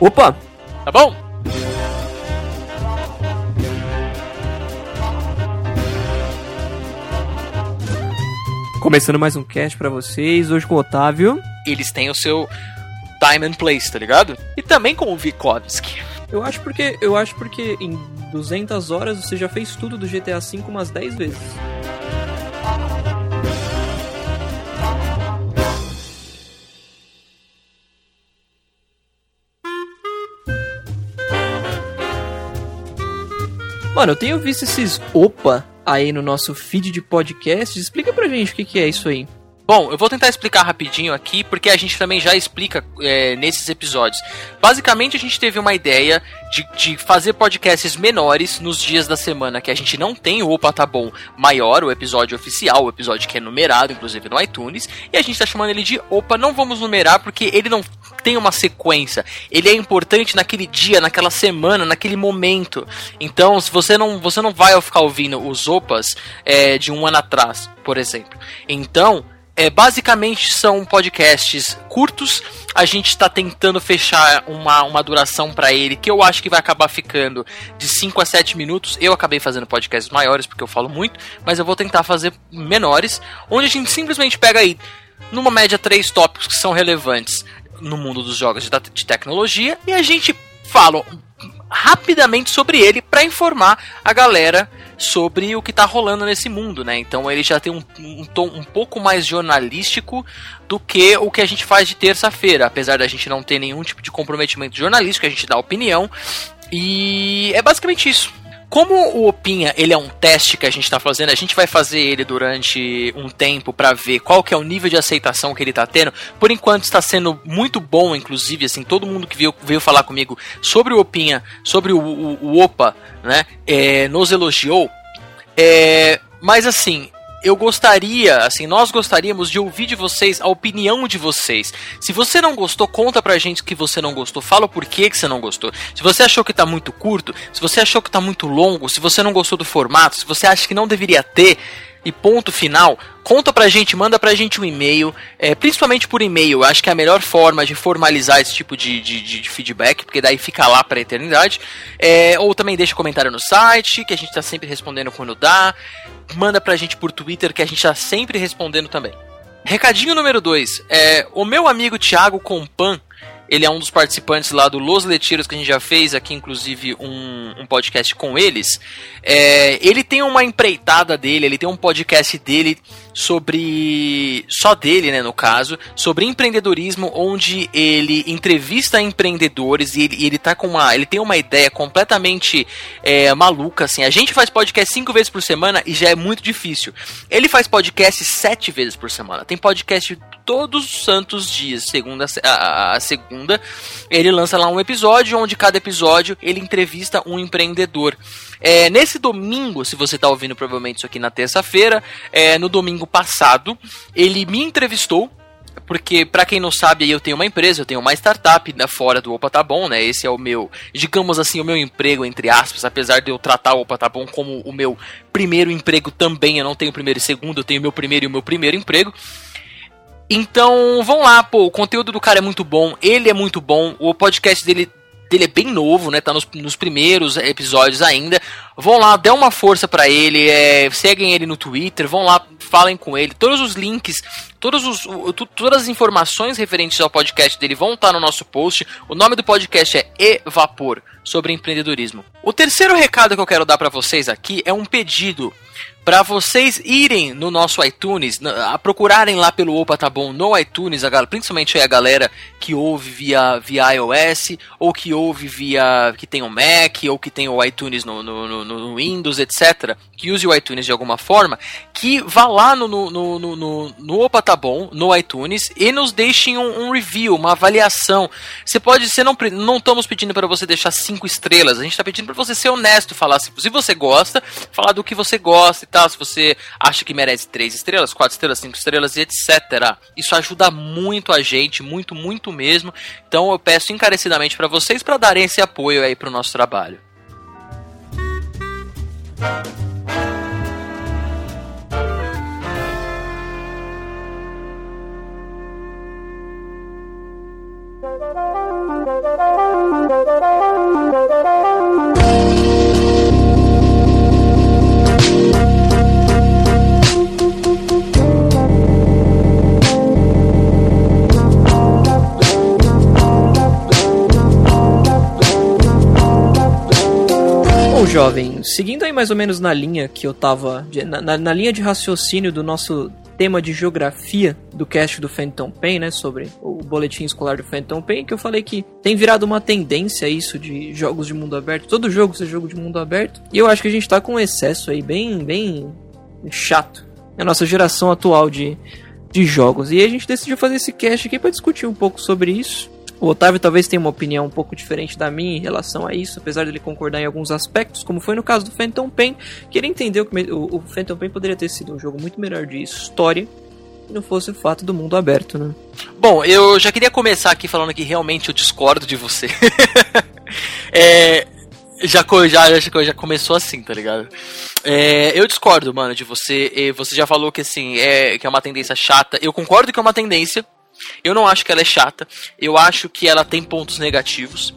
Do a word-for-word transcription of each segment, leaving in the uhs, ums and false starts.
Opa! Tá bom? Começando mais um cast pra vocês, hoje com o Otávio. Eles têm o seu time and place, tá ligado? E também com o Vikovski. Eu acho porque, eu acho porque em duzentas horas você já fez tudo do G T A cinco umas dez vezes. Mano, eu tenho visto esses opa aí no nosso feed de podcast. Explica pra gente o que, que é isso aí. Bom, eu vou tentar explicar rapidinho aqui, porque a gente também já explica é, nesses episódios. Basicamente, a gente teve uma ideia de, de fazer podcasts menores nos dias da semana que a gente não tem o Opa Tá Bom maior, o episódio oficial, o episódio que é numerado, inclusive no iTunes, e a gente tá chamando ele de Opa, não vamos numerar, porque ele não tem uma sequência. Ele é importante naquele dia, naquela semana, naquele momento. Então, se você não, você não vai ficar ouvindo os Opas é, de um ano atrás, por exemplo. Então... É, basicamente são podcasts curtos. A gente está tentando fechar uma, uma duração para ele que eu acho que vai acabar ficando de cinco a sete minutos. Eu acabei fazendo podcasts maiores porque eu falo muito, mas eu vou tentar fazer menores, onde a gente simplesmente pega aí, numa média, três tópicos que são relevantes no mundo dos jogos de, de tecnologia, e a gente fala rapidamente sobre ele para informar a galera sobre o que tá rolando nesse mundo, né? Então ele já tem um, um tom um pouco mais jornalístico do que o que a gente faz de terça-feira, apesar da gente não ter nenhum tipo de comprometimento jornalístico, a gente dá opinião, e é basicamente isso. Como o Opinha, ele é um teste que a gente está fazendo, a gente vai fazer ele durante um tempo para ver qual que é o nível de aceitação que ele está tendo. Por enquanto está sendo muito bom, inclusive, assim, todo mundo que veio, veio falar comigo sobre o Opinha, sobre o, o, o Opa, né, é, nos elogiou. É, mas assim... Eu gostaria, assim, nós gostaríamos de ouvir de vocês a opinião de vocês. Se você não gostou, conta pra gente que você não gostou. Fala o porquê que você não gostou. Se você achou que tá muito curto, se você achou que tá muito longo, se você não gostou do formato, se você acha que não deveria ter, e ponto final, conta pra gente, manda pra gente um e-mail, é, principalmente por e-mail. Eu acho que é a melhor forma de formalizar esse tipo de, de, de feedback, porque daí fica lá pra eternidade. É, ou também deixa comentário no site, que a gente tá sempre respondendo quando dá. Manda pra gente por Twitter, que a gente tá sempre respondendo também. Recadinho número dois, é, o meu amigo Thiago Compan, ele é um dos participantes lá do Los Letiros, que a gente já fez aqui, inclusive, um, um podcast com eles. É, ele tem uma empreitada dele, ele tem um podcast dele sobre... Só dele, né, no caso, sobre empreendedorismo, onde ele entrevista empreendedores e ele, e ele tá com uma... Ele tem uma ideia completamente é, maluca, assim. A gente faz podcast cinco vezes por semana e já é muito difícil. Ele faz podcast sete vezes por semana. Tem podcast todos os santos dias, segunda a, a segunda, ele lança lá um episódio, onde cada episódio ele entrevista um empreendedor. É, nesse domingo, se você está ouvindo provavelmente isso aqui na terça-feira, é, no domingo passado, ele me entrevistou, porque, pra quem não sabe, eu tenho uma empresa, eu tenho uma startup, né, fora do Opa Tá Bom, né, esse é o meu, digamos assim, o meu emprego, entre aspas, apesar de eu tratar o Opa Tá Bom como o meu primeiro emprego também, eu não tenho primeiro e segundo, eu tenho o meu primeiro e o meu primeiro emprego. Então, vão lá, pô, o conteúdo do cara é muito bom, ele é muito bom, o podcast dele, dele é bem novo, né, tá nos, nos primeiros episódios ainda. Vão lá, dê uma força pra ele, é, seguem ele no Twitter, vão lá, falem com ele, todos os links, todos os, o, todas as informações referentes ao podcast dele vão estar no nosso post. O nome do podcast é E-Vapor, sobre empreendedorismo. O terceiro recado que eu quero dar pra vocês aqui é um pedido para vocês irem no nosso iTunes, a procurarem lá pelo Opa Tá Bom no iTunes, a, principalmente a galera que ouve via, via iOS, ou que ouve via, que tem o Mac, ou que tem o iTunes no, no, no Windows, etcétera, que use o iTunes de alguma forma, que vá lá no, no, no, no, no Opa Tá Bom, no iTunes, e nos deixem um, um review, uma avaliação. Você pode, você não, não estamos pedindo para você deixar cinco estrelas, a gente está pedindo para você ser honesto, falar se, se você gosta, falar do que você gosta, tal, se você acha que merece três estrelas, quatro estrelas, cinco estrelas, etcétera. Isso ajuda muito a gente, muito, muito mesmo. Então eu peço encarecidamente para vocês para darem esse apoio aí pro nosso trabalho. jovem, seguindo aí mais ou menos na linha que eu tava, na, na, na linha de raciocínio do nosso tema de geografia do cast do Phantom Pain, né, sobre o boletim escolar do Phantom Pain, que eu falei que tem virado uma tendência isso de jogos de mundo aberto, todo jogo ser jogo de mundo aberto, e eu acho que a gente tá com um excesso aí bem, bem chato, a nossa geração atual de, de jogos, e a gente decidiu fazer esse cast aqui pra discutir um pouco sobre isso. O Otávio talvez tenha uma opinião um pouco diferente da minha em relação a isso, apesar de ele concordar em alguns aspectos, como foi no caso do Phantom Pain, que ele entendeu que o, o Phantom Pain poderia ter sido um jogo muito melhor de história se não fosse o fato do mundo aberto, né? Bom, eu já queria começar aqui falando que realmente eu discordo de você. é, já, já, já, já começou assim, tá ligado? É, eu discordo, mano, de você. Você já falou que, assim, é, que é uma tendência chata. Eu concordo que é uma tendência. Eu não acho que ela é chata. Eu acho que ela tem pontos negativos.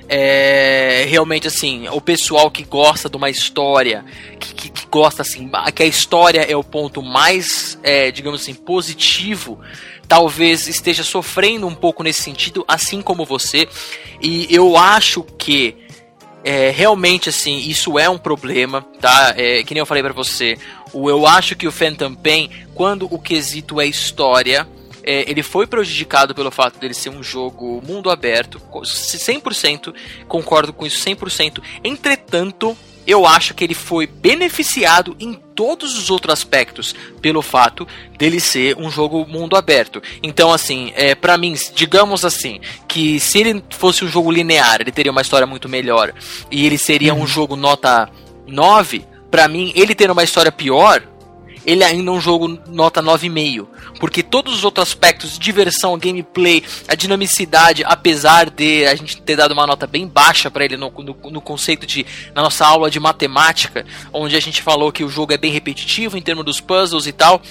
É, realmente, assim, o pessoal que gosta de uma história, que, que, que gosta, assim, que a história é o ponto mais, é, digamos assim, positivo, talvez esteja sofrendo um pouco nesse sentido, assim como você. E eu acho que é, realmente, assim, isso é um problema, tá? É, que nem eu falei pra você, o, eu acho que o Phantom Pain, quando o quesito é história, É, ele foi prejudicado pelo fato dele ser um jogo mundo aberto, cem por cento, concordo com isso, cem por cento. Entretanto, eu acho que ele foi beneficiado em todos os outros aspectos pelo fato dele ser um jogo mundo aberto. Então, assim, é, pra mim, digamos assim, que se ele fosse um jogo linear, ele teria uma história muito melhor, e ele seria um jogo nota nove, pra mim, ele tendo uma história pior, ele ainda é um jogo nota nove vírgula cinco, porque todos os outros aspectos, diversão, gameplay, a dinamicidade, apesar de a gente ter dado uma nota bem baixa para ele no, no, no conceito de, na nossa aula de matemática, onde a gente falou que o jogo é bem repetitivo em termos dos puzzles e tal,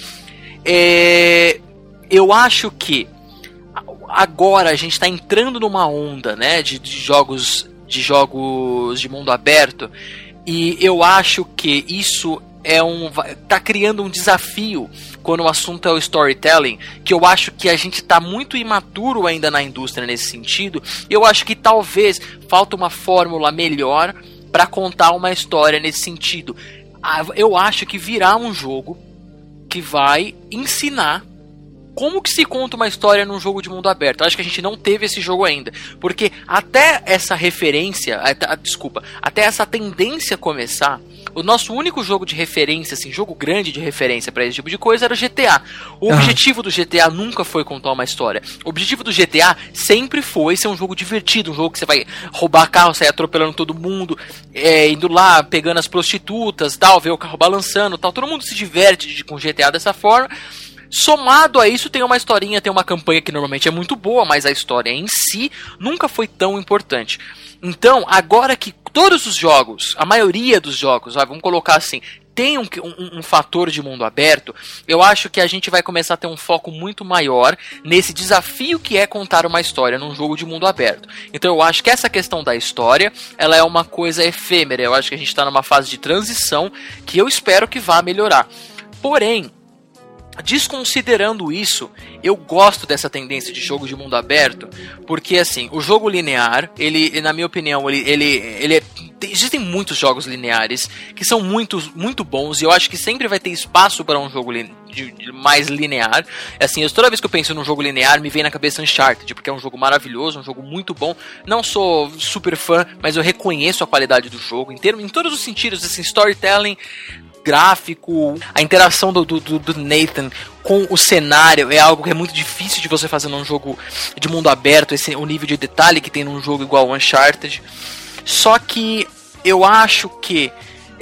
é, eu acho que agora a gente está entrando numa onda, né, de, de jogos de jogos de mundo aberto, e eu acho que isso é um, tá criando um desafio quando o assunto é o storytelling, que eu acho que a gente tá muito imaturo ainda na indústria nesse sentido. Eu acho que talvez falta uma fórmula melhor para contar uma história nesse sentido. Eu acho que virá um jogo que vai ensinar como que se conta uma história num jogo de mundo aberto. Eu acho que a gente não teve esse jogo ainda, porque até essa referência, até, desculpa, até essa tendência começar, o nosso único jogo de referência, assim, jogo grande de referência pra esse tipo de coisa era o G T A. O ah. objetivo do G T A nunca foi contar uma história. O objetivo do G T A sempre foi ser um jogo divertido, um jogo que você vai roubar carro, sair atropelando todo mundo, é, indo lá, pegando as prostitutas, tal, ver o carro balançando, tal. Todo mundo se diverte com o G T A dessa forma. Somado a isso, tem uma historinha, tem uma campanha que normalmente é muito boa, mas a história em si nunca foi tão importante. Então, agora que todos os jogos, a maioria dos jogos, ó, vamos colocar assim, tem um, um, um fator de mundo aberto, eu acho que a gente vai começar a ter um foco muito maior nesse desafio que é contar uma história num jogo de mundo aberto. Então eu acho que essa questão da história, ela é uma coisa efêmera, eu acho que a gente está numa fase de transição que eu espero que vá melhorar. Porém, desconsiderando isso, eu gosto dessa tendência de jogo de mundo aberto, porque assim, o jogo linear, ele, na minha opinião, ele, ele, ele é, existem muitos jogos lineares que são muito, muito bons, e eu acho que sempre vai ter espaço para um jogo li, de, de mais linear. Assim, eu, toda vez que eu penso num jogo linear, me vem na cabeça Uncharted, porque é um jogo maravilhoso, um jogo muito bom. Não sou super fã, mas eu reconheço a qualidade do jogo, em, termos, em todos os sentidos, assim, storytelling, gráfico, a interação do, do, do Nathan com o cenário é algo que é muito difícil de você fazer num jogo de mundo aberto, esse, o nível de detalhe que tem num jogo igual ao Uncharted. Só que eu acho que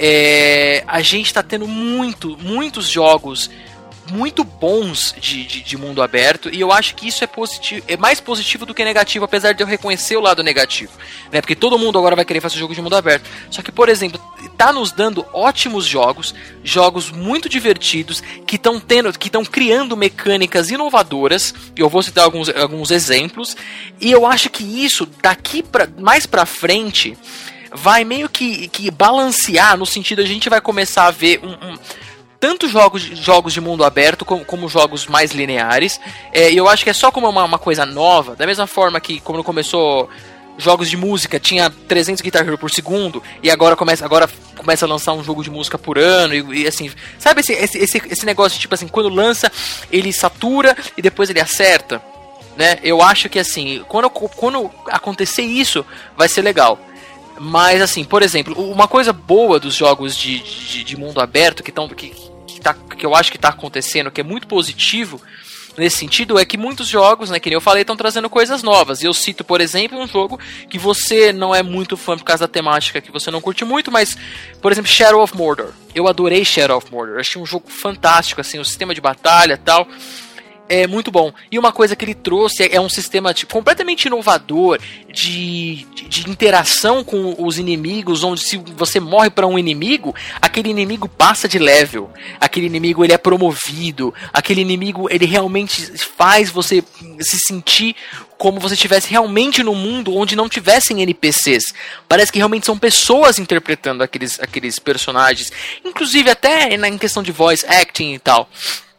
é, a gente está tendo muito, muitos jogos muito bons de, de, de mundo aberto, e eu acho que isso é positivo, é mais positivo do que negativo, apesar de eu reconhecer o lado negativo, né? Porque todo mundo agora vai querer fazer jogo de mundo aberto. Só que, por exemplo, tá nos dando ótimos jogos, jogos muito divertidos, que estão tendo, que estão criando mecânicas inovadoras, e eu vou citar alguns, alguns exemplos, e eu acho que isso, daqui pra, mais pra frente, vai meio que, que balancear, no sentido, a gente vai começar a ver um... um tanto jogos, jogos de mundo aberto como, como jogos mais lineares, é, e eu acho que é só como uma, uma coisa nova, da mesma forma que quando começou jogos de música, tinha trezentos Guitar Hero por segundo, e agora começa, agora começa a lançar um jogo de música por ano, e, e assim, sabe esse, esse, esse, esse negócio, tipo assim, quando lança, ele satura e depois ele acerta, né? Eu acho que assim, quando, quando acontecer isso, vai ser legal. Mas assim, por exemplo, uma coisa boa dos jogos de, de, de mundo aberto que, tão, que, que, tá, que eu acho que está acontecendo, que é muito positivo nesse sentido, é que muitos jogos, né, que nem eu falei, estão trazendo coisas novas. Eu cito, por exemplo, um jogo que você não é muito fã por causa da temática, que você não curte muito, mas, por exemplo, Shadow of Mordor. Eu adorei Shadow of Mordor, eu achei um jogo fantástico, assim, o sistema de batalha e tal. É muito bom. E uma coisa que ele trouxe é, é um sistema tipo, completamente inovador de, de, de interação com os inimigos, onde se você morre para um inimigo, aquele inimigo passa de level, aquele inimigo ele é promovido, aquele inimigo ele realmente faz você se sentir como você estivesse realmente no mundo onde não tivessem N P Cs. Parece que realmente são pessoas interpretando aqueles, aqueles personagens, inclusive até em questão de voice acting e tal.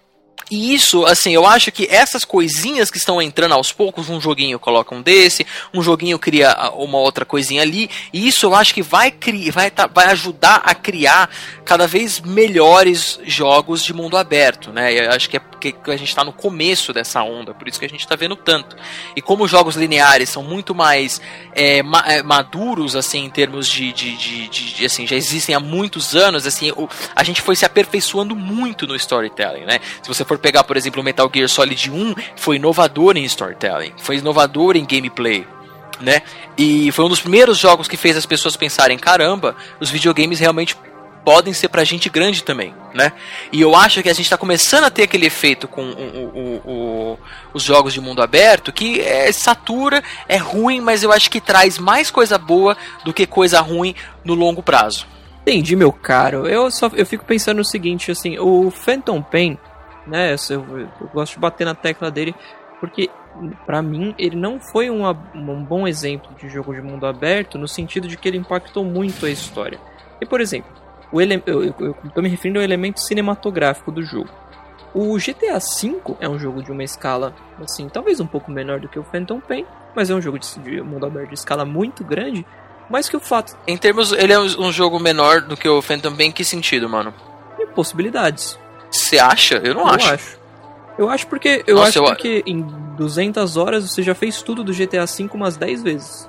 E isso, assim, eu acho que essas coisinhas que estão entrando aos poucos, um joguinho coloca um desse, um joguinho cria uma outra coisinha ali, e isso eu acho que vai, cri- vai, tá, vai ajudar a criar cada vez melhores jogos de mundo aberto, né? Eu acho que é porque a gente está no começo dessa onda, por isso que a gente está vendo tanto. E como os jogos lineares são muito mais é, ma- é, maduros, assim, em termos de, de, de, de, de, assim, já existem há muitos anos, assim, o, a gente foi se aperfeiçoando muito no storytelling, né? Se você for pegar, por exemplo, o Metal Gear Solid um, foi inovador em storytelling, foi inovador em gameplay, né? E foi um dos primeiros jogos que fez as pessoas pensarem, caramba, os videogames realmente podem ser pra gente grande também, né? E eu acho que a gente tá começando a ter aquele efeito com o, o, o, os jogos de mundo aberto, que é satura, é ruim, mas eu acho que traz mais coisa boa do que coisa ruim no longo prazo. Entendi, meu caro. Eu só eu fico pensando no seguinte, assim, o Phantom Pain, né, eu, eu gosto de bater na tecla dele, porque pra mim ele não foi uma, um bom exemplo de jogo de mundo aberto, no sentido de que ele impactou muito a história. E, por exemplo, o ele, eu, eu, eu tô me referindo ao elemento cinematográfico do jogo. O G T A cinco é um jogo de uma escala, assim, talvez um pouco menor do que o Phantom Pain, mas é um jogo de, de mundo aberto de escala muito grande, mas que o fato... Em termos, ele é um jogo menor do que o Phantom Pain, em que sentido, mano? Em possibilidades. Você acha? Eu não eu acho. acho. Eu acho porque, eu Nossa, acho eu... porque em duzentas horas você já fez tudo do G T A cinco umas dez vezes.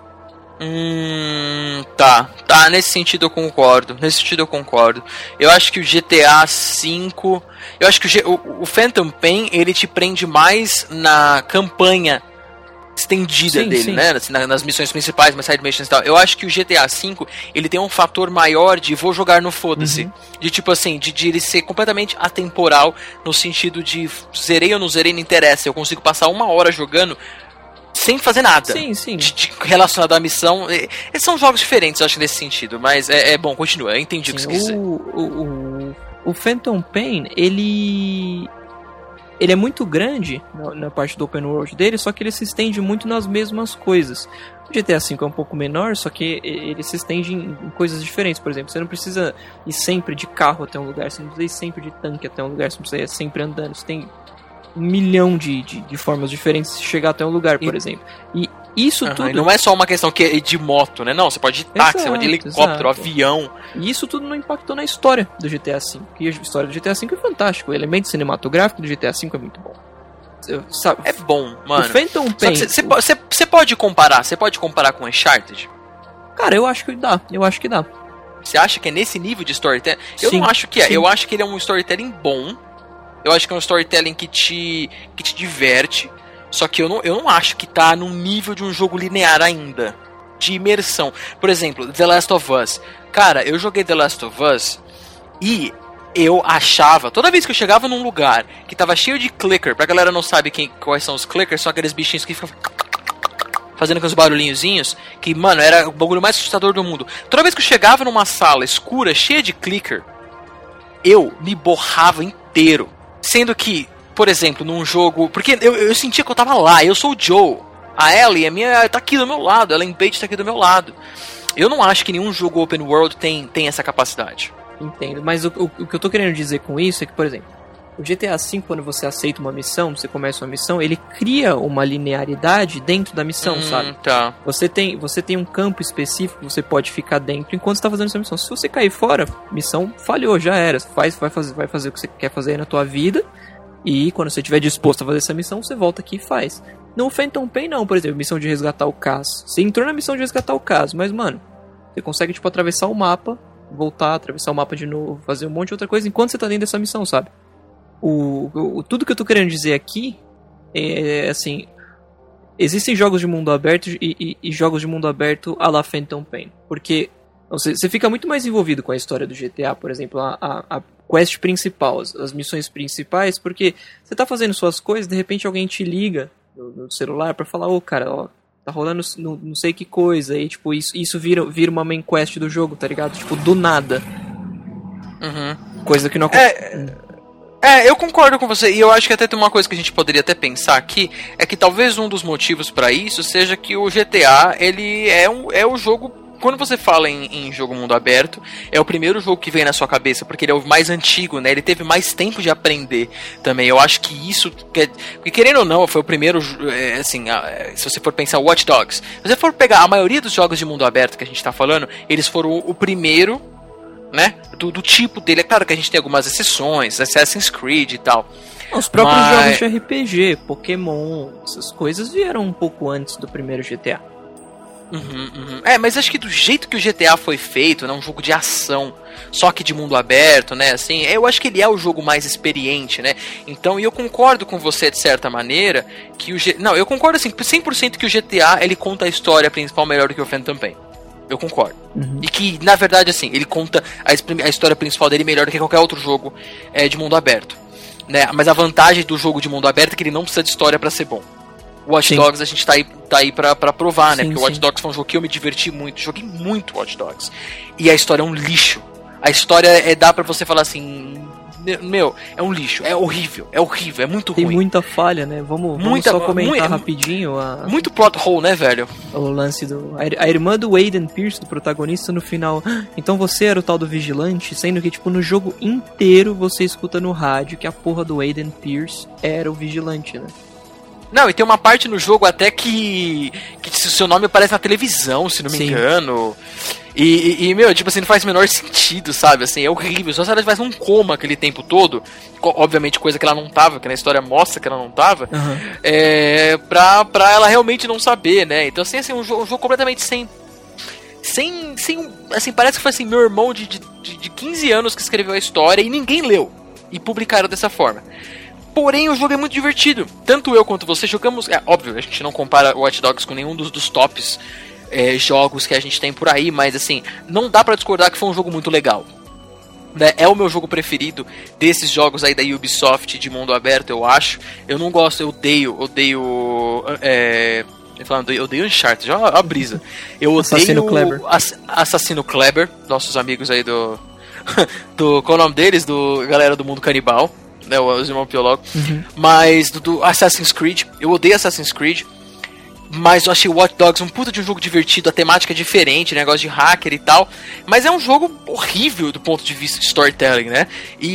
Hum, tá, tá, nesse sentido eu concordo, nesse sentido eu concordo. Eu acho que o G T A cinco, eu acho que o, G, o, o Phantom Pain, ele te prende mais na campanha estendida sim, dele, sim. né, assim, nas missões principais, mas side missions e tal. Eu acho que o G T A cinco, ele tem um fator maior de vou jogar no foda-se, uhum. de tipo assim, de, de ele ser completamente atemporal, no sentido de zerei ou não zerei, não interessa, eu consigo passar uma hora jogando sem fazer nada sim, sim. De, de, relacionado à missão. E, e são jogos diferentes, eu acho, nesse sentido. Mas é, é bom, continua, eu entendi sim, o que você quis dizer. O, o, o Phantom Pain, ele ele é muito grande na, na parte do open world dele, só que ele se estende muito nas mesmas coisas. O G T A cinco é um pouco menor, só que ele se estende em, em coisas diferentes. Por exemplo, você não precisa ir sempre de carro até um lugar, você não precisa ir sempre de tanque até um lugar, você não precisa ir sempre andando, você tem um milhão de, de, de formas diferentes de chegar até um lugar, por e, exemplo. E isso uhum, tudo... E não é só uma questão que é de moto, né? Não, você pode ir de táxi, você pode ir de helicóptero, exato. avião. E isso tudo não impactou na história do G T A cinco. E a história do G T A cinco é fantástica. O elemento cinematográfico do G T A cinco é muito bom. Sabe, é bom, mano. O Phantom Pain... Você pode comparar, você pode comparar com Uncharted? Cara, eu acho que dá. Eu acho que dá. Você acha que é nesse nível de storytelling? Eu sim, não acho que é. Sim. Eu acho que ele é um storytelling bom. Eu acho que é um storytelling que te, que te diverte. Só que eu não, eu não acho que tá num nível de um jogo linear ainda. De imersão. Por exemplo, The Last of Us. Cara, eu joguei The Last of Us e eu achava... Toda vez que eu chegava num lugar que tava cheio de clicker... Pra galera não sabe quem, quais são os clickers, são aqueles bichinhos que ficam... fazendo aqueles barulhinhozinhos. Que, mano, era o bagulho mais assustador do mundo. Toda vez que eu chegava numa sala escura, cheia de clicker, eu me borrava inteiro. Sendo que, por exemplo, num jogo... Porque eu, eu sentia que eu tava lá, eu sou o Joe. A Ellie, a minha, tá aqui do meu lado, a Ellen Page tá aqui do meu lado. Eu não acho que nenhum jogo open world tem, tem essa capacidade. Entendo, mas o, o, o que eu tô querendo dizer com isso é que, por exemplo, o G T A cinco, quando você aceita uma missão, você começa uma missão, ele cria uma linearidade dentro da missão, hum, sabe? Tá. Você tem, você tem um campo específico que você pode ficar dentro enquanto você tá fazendo essa missão. Se você cair fora, missão falhou, já era. Você faz, vai, fazer, vai fazer o que você quer fazer aí na tua vida, e quando você estiver disposto a fazer essa missão, você volta aqui e faz. No Phantom Pain não, por exemplo, missão de resgatar o caso. Você entrou na missão de resgatar o caso, mas, mano, você consegue, tipo, atravessar o mapa, voltar, atravessar o mapa de novo, fazer um monte de outra coisa enquanto você tá dentro dessa missão, sabe? O, o, tudo que eu tô querendo dizer aqui é, assim, existem jogos de mundo aberto e, e, e jogos de mundo aberto à la Phantom Pain, porque você, você fica muito mais envolvido com a história do G T A, por exemplo, a, a, a quest principal, as, as missões principais, porque você tá fazendo suas coisas, de repente alguém te liga no, no celular pra falar, ô oh, cara, ó, tá rolando no, não sei que coisa, e tipo, isso, isso vira, vira uma main quest do jogo, tá ligado? Tipo, do nada. Uhum. Coisa que não acontece. É... É, eu concordo com você, e eu acho que até tem uma coisa que a gente poderia até pensar aqui, é que talvez um dos motivos pra isso seja que o G T A, ele é, um, é o jogo, quando você fala em, em jogo mundo aberto, é o primeiro jogo que vem na sua cabeça, porque ele é o mais antigo, né, ele teve mais tempo de aprender também, eu acho que isso, porque querendo ou não, foi o primeiro, assim, se você for pensar Watch Dogs, se você for pegar a maioria dos jogos de mundo aberto que a gente tá falando, eles foram o primeiro, né, do, do tipo dele. É claro que a gente tem algumas exceções, Assassin's Creed e tal. Os próprios mas... jogos de R P G, Pokémon, essas coisas vieram um pouco antes do primeiro G T A. Uhum, uhum. É, mas acho que do jeito que o G T A foi feito, né, um jogo de ação, só que de mundo aberto, né, assim, eu acho que ele é o jogo mais experiente, né, então, e eu concordo com você de certa maneira, que o G... Não, eu concordo assim, cem por cento que o G T A, ele conta a história principal melhor do que o Phantom Pain. Eu concordo. Uhum. E que, na verdade, assim, ele conta a, a história principal dele melhor do que qualquer outro jogo é, de mundo aberto. Né? Mas a vantagem do jogo de mundo aberto é que ele não precisa de história pra ser bom. O Watch sim. Dogs a gente tá aí, tá aí pra, pra provar, né? Sim, porque o Watch Dogs foi um jogo que eu me diverti muito. Joguei muito Watch Dogs. E a história é um lixo. A história é, dá pra você falar assim... Meu, é um lixo, é horrível, é horrível, é muito Tem ruim. Tem muita falha, né? Vamos, vamos muita, só comentar muito, rapidinho. A, muito plot hole, né, velho? O lance do... A, a irmã do Aiden Pierce, do protagonista, no final... Então você era o tal do vigilante, sendo que, tipo, no jogo inteiro você escuta no rádio que a porra do Aiden Pierce era o vigilante, né? Não, e tem uma parte no jogo até que... que seu nome aparece na televisão, se não me Sim. engano... E, e, e, meu, tipo assim, não faz o menor sentido, sabe? Assim, é horrível. Só se ela tivesse um coma aquele tempo todo, obviamente coisa que ela não tava, que na história mostra que ela não tava, uhum. é, pra, pra ela realmente não saber, né? Então, assim, assim um, jogo, um jogo completamente sem... Sem, sem... Assim, parece que foi assim, meu irmão de, de, de quinze anos que escreveu a história e ninguém leu. E publicaram dessa forma. Porém, o jogo é muito divertido. Tanto eu quanto você jogamos... É óbvio, a gente não compara Watch Dogs com nenhum dos, dos tops... É, jogos que a gente tem por aí, mas assim, não dá pra discordar que foi um jogo muito legal, né? É o meu jogo preferido desses jogos aí da Ubisoft de mundo aberto, eu acho. Eu não gosto, eu odeio, odeio é, eu odeio Uncharted, já a brisa. Eu odeio Assassino Kleber. Ass, Assassino Kleber, nossos amigos aí do, do qual é o nome deles? Do galera do mundo canibal, né, os irmãos biólogos. Uhum. Mas do, do Assassin's Creed, eu odeio Assassin's Creed. Mas eu achei Watch Dogs um puta de um jogo divertido, a temática é diferente, negócio de hacker e tal. Mas é um jogo horrível do ponto de vista de storytelling, né?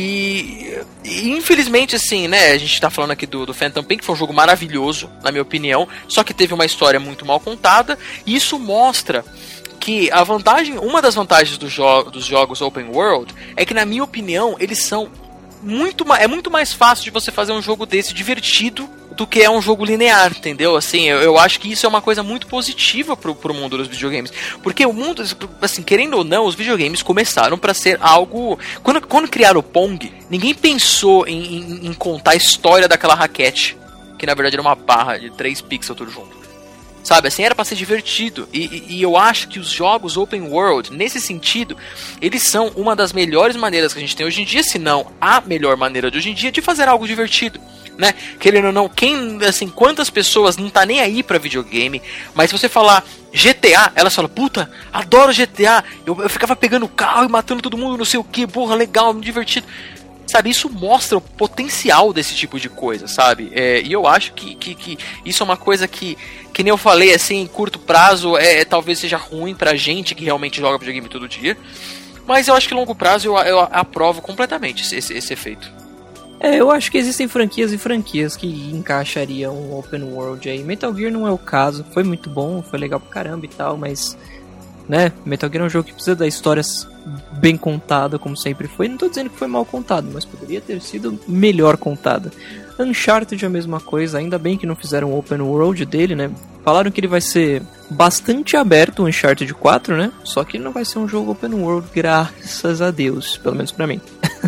E, e infelizmente, assim, né? A gente tá falando aqui do, do Phantom Pain, que foi um jogo maravilhoso, na minha opinião. Só que teve uma história muito mal contada. E isso mostra que a vantagem, uma das vantagens do jo- dos jogos Open World é que, na minha opinião, eles são muito, é muito mais fácil de você fazer um jogo desse divertido do que é um jogo linear, entendeu? Assim, eu, eu acho que isso é uma coisa muito positiva pro, pro mundo dos videogames. Porque o mundo, assim, querendo ou não, os videogames começaram pra ser algo... Quando, quando criaram o Pong, ninguém pensou em, em, em contar a história daquela raquete, que na verdade era uma barra de três pixels tudo junto. Sabe, assim, era pra ser divertido. E, e, e eu acho que os jogos Open World, nesse sentido, eles são uma das melhores maneiras que a gente tem hoje em dia, se não a melhor maneira de hoje em dia, de fazer algo divertido. Né? Querendo ou não, quem, assim, quantas pessoas não tá nem aí pra videogame, mas se você falar G T A, elas falam, puta, adoro G T A, eu, eu ficava pegando o carro e matando todo mundo, não sei o que, porra, legal, me divertido. Sabe, isso mostra o potencial desse tipo de coisa, sabe? É, e eu acho que, que, que isso é uma coisa que, que nem eu falei, assim, em curto prazo, é, é, talvez seja ruim pra gente que realmente joga videogame todo dia, mas eu acho que em longo prazo eu, eu aprovo completamente esse, esse, esse efeito. É, eu acho que existem franquias e franquias que encaixariam um open world aí. Metal Gear não é o caso, foi muito bom, foi legal pra caramba e tal, mas... né, Metal Gear é um jogo que precisa da história bem contada, como sempre foi. Não tô dizendo que foi mal contado, mas poderia ter sido melhor contada. Uncharted é a mesma coisa, ainda bem que não fizeram o open world dele, né? Falaram que ele vai ser bastante aberto, o Uncharted quatro, né? Só que ele não vai ser um jogo open world, graças a Deus, pelo menos pra mim.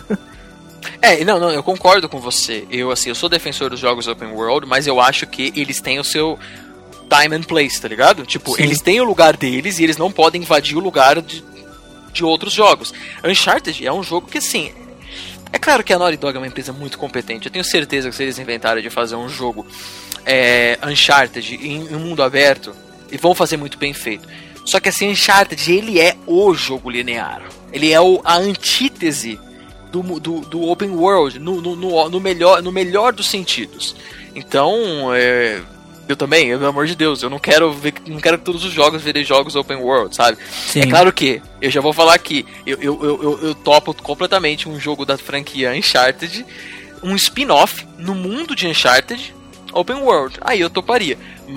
É, não, não, eu concordo com você. Eu, assim, eu sou defensor dos jogos open world, mas eu acho que eles têm o seu time and place, tá ligado? Tipo, Sim. eles têm o lugar deles e eles não podem invadir o lugar de, de outros jogos. Uncharted é um jogo que, assim... É claro que a Naughty Dog é uma empresa muito competente. Eu tenho certeza que se eles inventarem de fazer um jogo é, Uncharted em, em mundo aberto, eles vão fazer muito bem feito. Só que assim, Uncharted, ele é o jogo linear. Ele é o, a antítese do, do, do open world, no, no, no, no, melhor, no melhor dos sentidos. Então, é... eu também, pelo amor de Deus, eu não quero ver, não quero que todos os jogos virem jogos open world, sabe? Sim. É claro que, eu já vou falar aqui, eu, eu, eu, eu, eu topo completamente um jogo da franquia Uncharted, um spin-off no mundo de Uncharted, open world, aí eu toparia.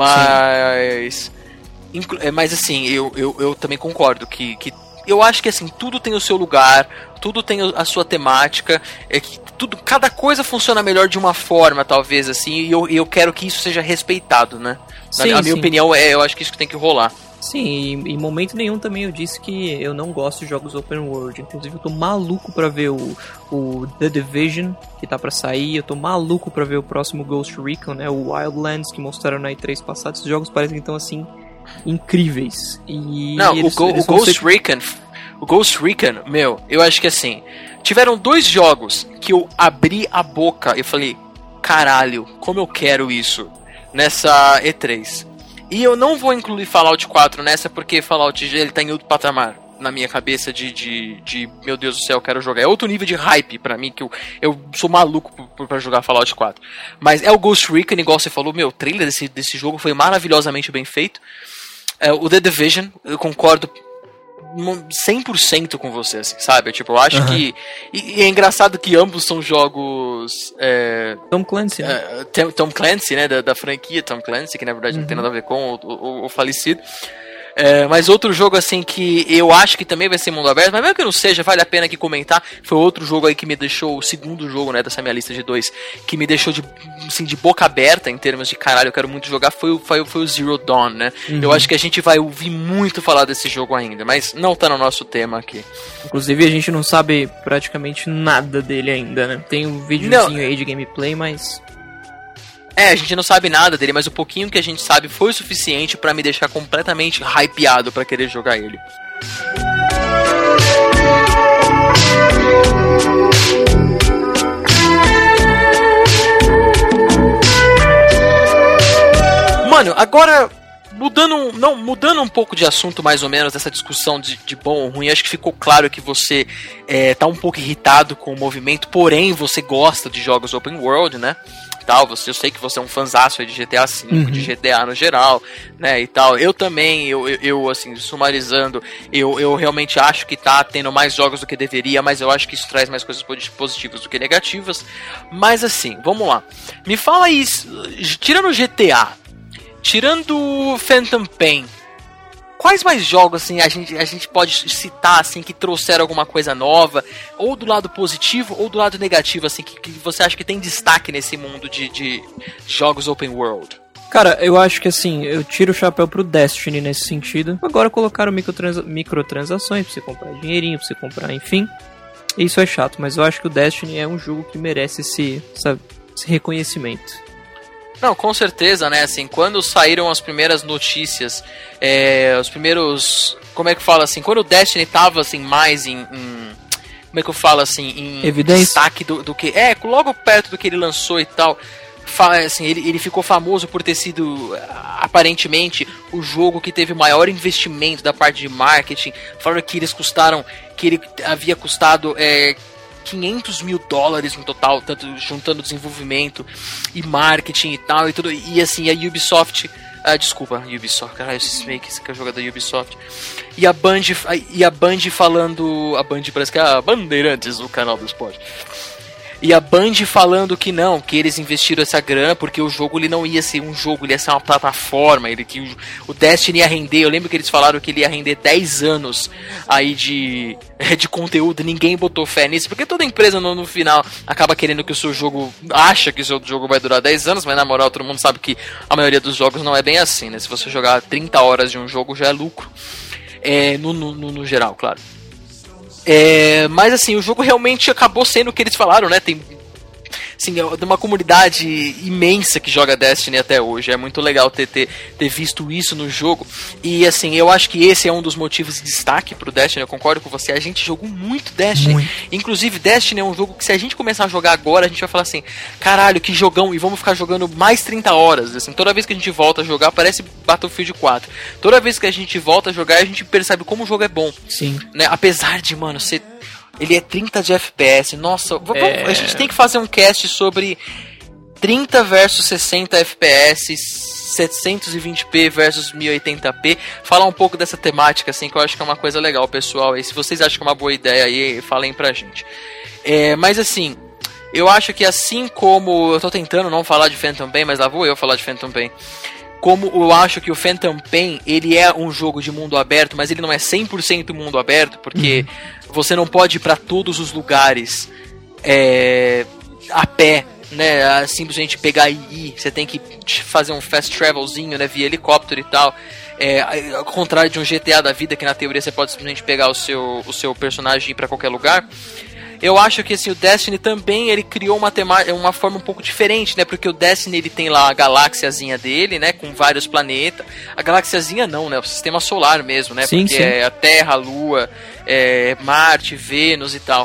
Mas, inclu- mas assim, eu, eu, eu também concordo que, que eu acho que assim, tudo tem o seu lugar, tudo tem a sua temática, é que tudo, cada coisa funciona melhor de uma forma, talvez, assim, e eu, eu quero que isso seja respeitado, né? Sim, Na, a minha sim. opinião é, eu acho que isso que tem que rolar. Sim, e em momento nenhum também eu disse que eu não gosto de jogos open world. Inclusive eu tô maluco pra ver o, o The Division, que tá pra sair. Eu tô maluco pra ver o próximo Ghost Recon, né? O Wildlands, que mostraram na E três passada. Esses jogos parecem então assim, incríveis. E não, eles, o, Go, eles o Ghost ser... Recon, o Ghost Recon, meu, eu acho que assim, tiveram dois jogos que eu abri a boca e falei, caralho, como eu quero isso nessa E três. E eu não vou incluir Fallout quatro nessa, porque Fallout ele tá em outro patamar na minha cabeça de, de, de meu Deus do céu, eu quero jogar. É outro nível de hype pra mim, que eu, eu sou maluco por, pra jogar Fallout quatro. Mas é o Ghost Recon, igual você falou, meu, o trailer desse, desse jogo foi maravilhosamente bem feito. É, o The Division, eu concordo cem por cento com você, assim, sabe? Tipo, eu acho uhum. que... E, e é engraçado que ambos são jogos... É, Tom Clancy, né? É, Tom Clancy, né? Da, da franquia Tom Clancy, que na verdade uhum. não tem nada a ver com o, o, o falecido. É, mas outro jogo, assim, que eu acho que também vai ser mundo aberto, mas mesmo que não seja, vale a pena aqui comentar, foi outro jogo aí que me deixou, o segundo jogo, né, dessa minha lista de dois, que me deixou de, assim, de boca aberta, em termos de caralho, eu quero muito jogar, foi, foi, foi o Zero Dawn, né? Uhum. Eu acho que a gente vai ouvir muito falar desse jogo ainda, mas não tá no nosso tema aqui. Inclusive, a gente não sabe praticamente nada dele ainda, né? Tem um videozinho aí de gameplay, mas... É, a gente não sabe nada dele, mas o pouquinho que a gente sabe foi o suficiente pra me deixar completamente hypeado pra querer jogar ele. Mano, agora mudando, não, mudando um pouco de assunto mais ou menos dessa discussão de, de bom ou ruim, acho que ficou claro que você é, tá um pouco irritado com o movimento, porém você gosta de jogos open world, né? Tal, você, eu sei que você é um fanzaço de G T A cinco, uhum. de G T A no geral, né, e tal. Eu também, eu, eu, eu assim, sumarizando, eu, eu realmente acho que tá tendo mais jogos do que deveria, mas eu acho que isso traz mais coisas positivas do que negativas. Mas assim, vamos lá. Me fala aí, tirando o G T A, tirando Phantom Pain, quais mais jogos assim a gente, a gente pode citar assim que trouxeram alguma coisa nova, ou do lado positivo ou do lado negativo, assim, que, que você acha que tem destaque nesse mundo de, de jogos open world? Cara, eu acho que assim, eu tiro o chapéu pro Destiny nesse sentido. Agora colocaram microtransa- microtransações pra você comprar dinheirinho, pra você comprar, enfim. Isso é chato, mas eu acho que o Destiny é um jogo que merece esse, sabe, esse reconhecimento. Não, com certeza, né, assim, quando saíram as primeiras notícias, é, os primeiros, como é que fala assim, quando o Destiny tava, assim, mais em, em como é que eu falo, assim, em evidência, destaque do, do que, é, logo perto do que ele lançou e tal, assim, ele, ele ficou famoso por ter sido, aparentemente, o jogo que teve o maior investimento da parte de marketing. Falaram que eles custaram, que ele havia custado, é, quinhentos mil dólares no total, tanto juntando desenvolvimento e marketing e tal, e tudo, e assim, a Ubisoft, ah, desculpa, Ubisoft, caralho, esse meio que esse é o jogo da Ubisoft, e a Band, e a Band falando, a Band parece que é a Bandeirantes, o canal do esporte, E a Band falando que não, que eles investiram essa grana porque o jogo ele não ia ser um jogo, ele ia ser uma plataforma, ele, que o, o Destiny ia render, eu lembro que eles falaram que ele ia render dez anos aí de, de conteúdo, ninguém botou fé nisso, porque toda empresa no, no final acaba querendo que o seu jogo, acha que o seu jogo vai durar dez anos, mas na moral todo mundo sabe que a maioria dos jogos não é bem assim, né? Se você jogar trinta horas de um jogo já é lucro, é, no, no, no, no geral, claro. É, mas assim, o jogo realmente acabou sendo o que eles falaram, né? Tem assim, uma comunidade imensa que joga Destiny até hoje. É muito legal ter, ter, ter visto isso no jogo. E assim, eu acho que esse é um dos motivos de destaque pro Destiny. Eu concordo com você, a gente jogou muito Destiny, muito. Inclusive Destiny é um jogo que se a gente começar a jogar agora, a gente vai falar assim, caralho, que jogão, e vamos ficar jogando mais trinta horas, assim, toda vez que a gente volta a jogar, parece Battlefield quatro. Toda vez que a gente volta a jogar, a gente percebe como o jogo é bom. Sim. Né? Apesar de, mano, ser... ele é trinta de F P S. Nossa, é... a gente tem que fazer um cast sobre trinta versus sessenta F P S, setecentos e vinte p versus mil e oitenta p. Falar um pouco dessa temática, assim, que eu acho que é uma coisa legal, pessoal. E se vocês acham que é uma boa ideia aí, falem pra gente. É, mas assim, eu acho que assim como... eu tô tentando não falar de Phantom Pain, mas lá vou eu falar de Phantom Pain. Como eu acho que o Phantom Pain, ele é um jogo de mundo aberto, mas ele não é cem por cento mundo aberto, porque uhum. você não pode ir pra todos os lugares é, a pé, né, simplesmente pegar e ir. Você tem que fazer um fast travelzinho, né, via helicóptero e tal. É, ao contrário de um G T A da vida, que na teoria você pode simplesmente pegar o seu, o seu personagem e ir pra qualquer lugar. Eu acho que assim, o Destiny também ele criou uma, tema, uma forma um pouco diferente, né? Porque o Destiny ele tem lá a galáxiazinha dele, né? Com vários planetas. A galáxiazinha não, né? O sistema solar mesmo, né? Sim, Porque sim. é a Terra, a Lua, é Marte, Vênus e tal.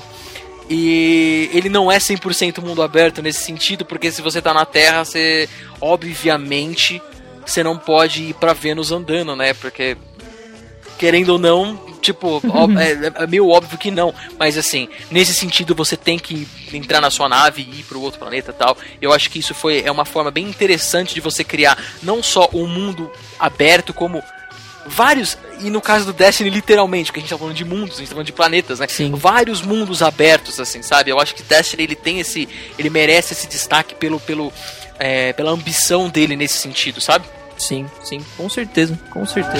E ele não é cem por cento mundo aberto nesse sentido, porque se você tá na Terra, você, obviamente, você não pode ir pra Vênus andando, né? Porque, querendo ou não... tipo, é, é meio óbvio que não, mas assim, nesse sentido você tem que entrar na sua nave e ir para o outro planeta e tal. Eu acho que isso foi, é uma forma bem interessante de você criar não só um mundo aberto, como vários, e no caso do Destiny literalmente, porque a gente tá falando de mundos, a gente tá falando de planetas, né? Sim. Vários mundos abertos, assim, sabe? Eu acho que Destiny ele tem esse, ele merece esse destaque pelo, pelo, é, pela ambição dele nesse sentido, sabe? Sim, sim, com certeza, com certeza.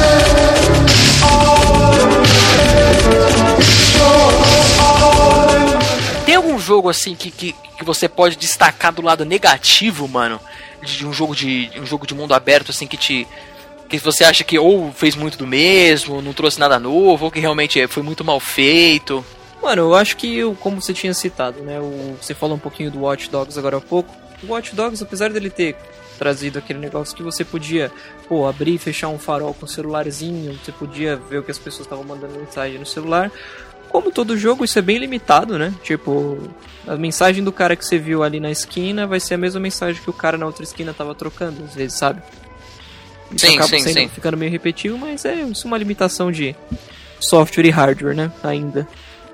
Tem algum jogo assim que, que, que você pode destacar do lado negativo, mano? De um jogo de, um jogo de mundo aberto assim que te... que você acha que ou fez muito do mesmo, não trouxe nada novo, ou que realmente foi muito mal feito? Mano, eu acho que, como você tinha citado, né? O, você falou um pouquinho do Watch Dogs agora há pouco. O Watch Dogs, apesar dele ter trazido aquele negócio que você podia, pô, abrir e fechar um farol com o celularzinho, você podia ver o que as pessoas estavam mandando mensagem no celular. Como todo jogo, isso é bem limitado, né? Tipo, a mensagem do cara que você viu ali na esquina vai ser a mesma mensagem que o cara na outra esquina tava trocando, às vezes, sabe? Isso sim, acaba sim, sendo, sim. ficando meio repetitivo, mas é isso é uma limitação de software e hardware, né? Ainda.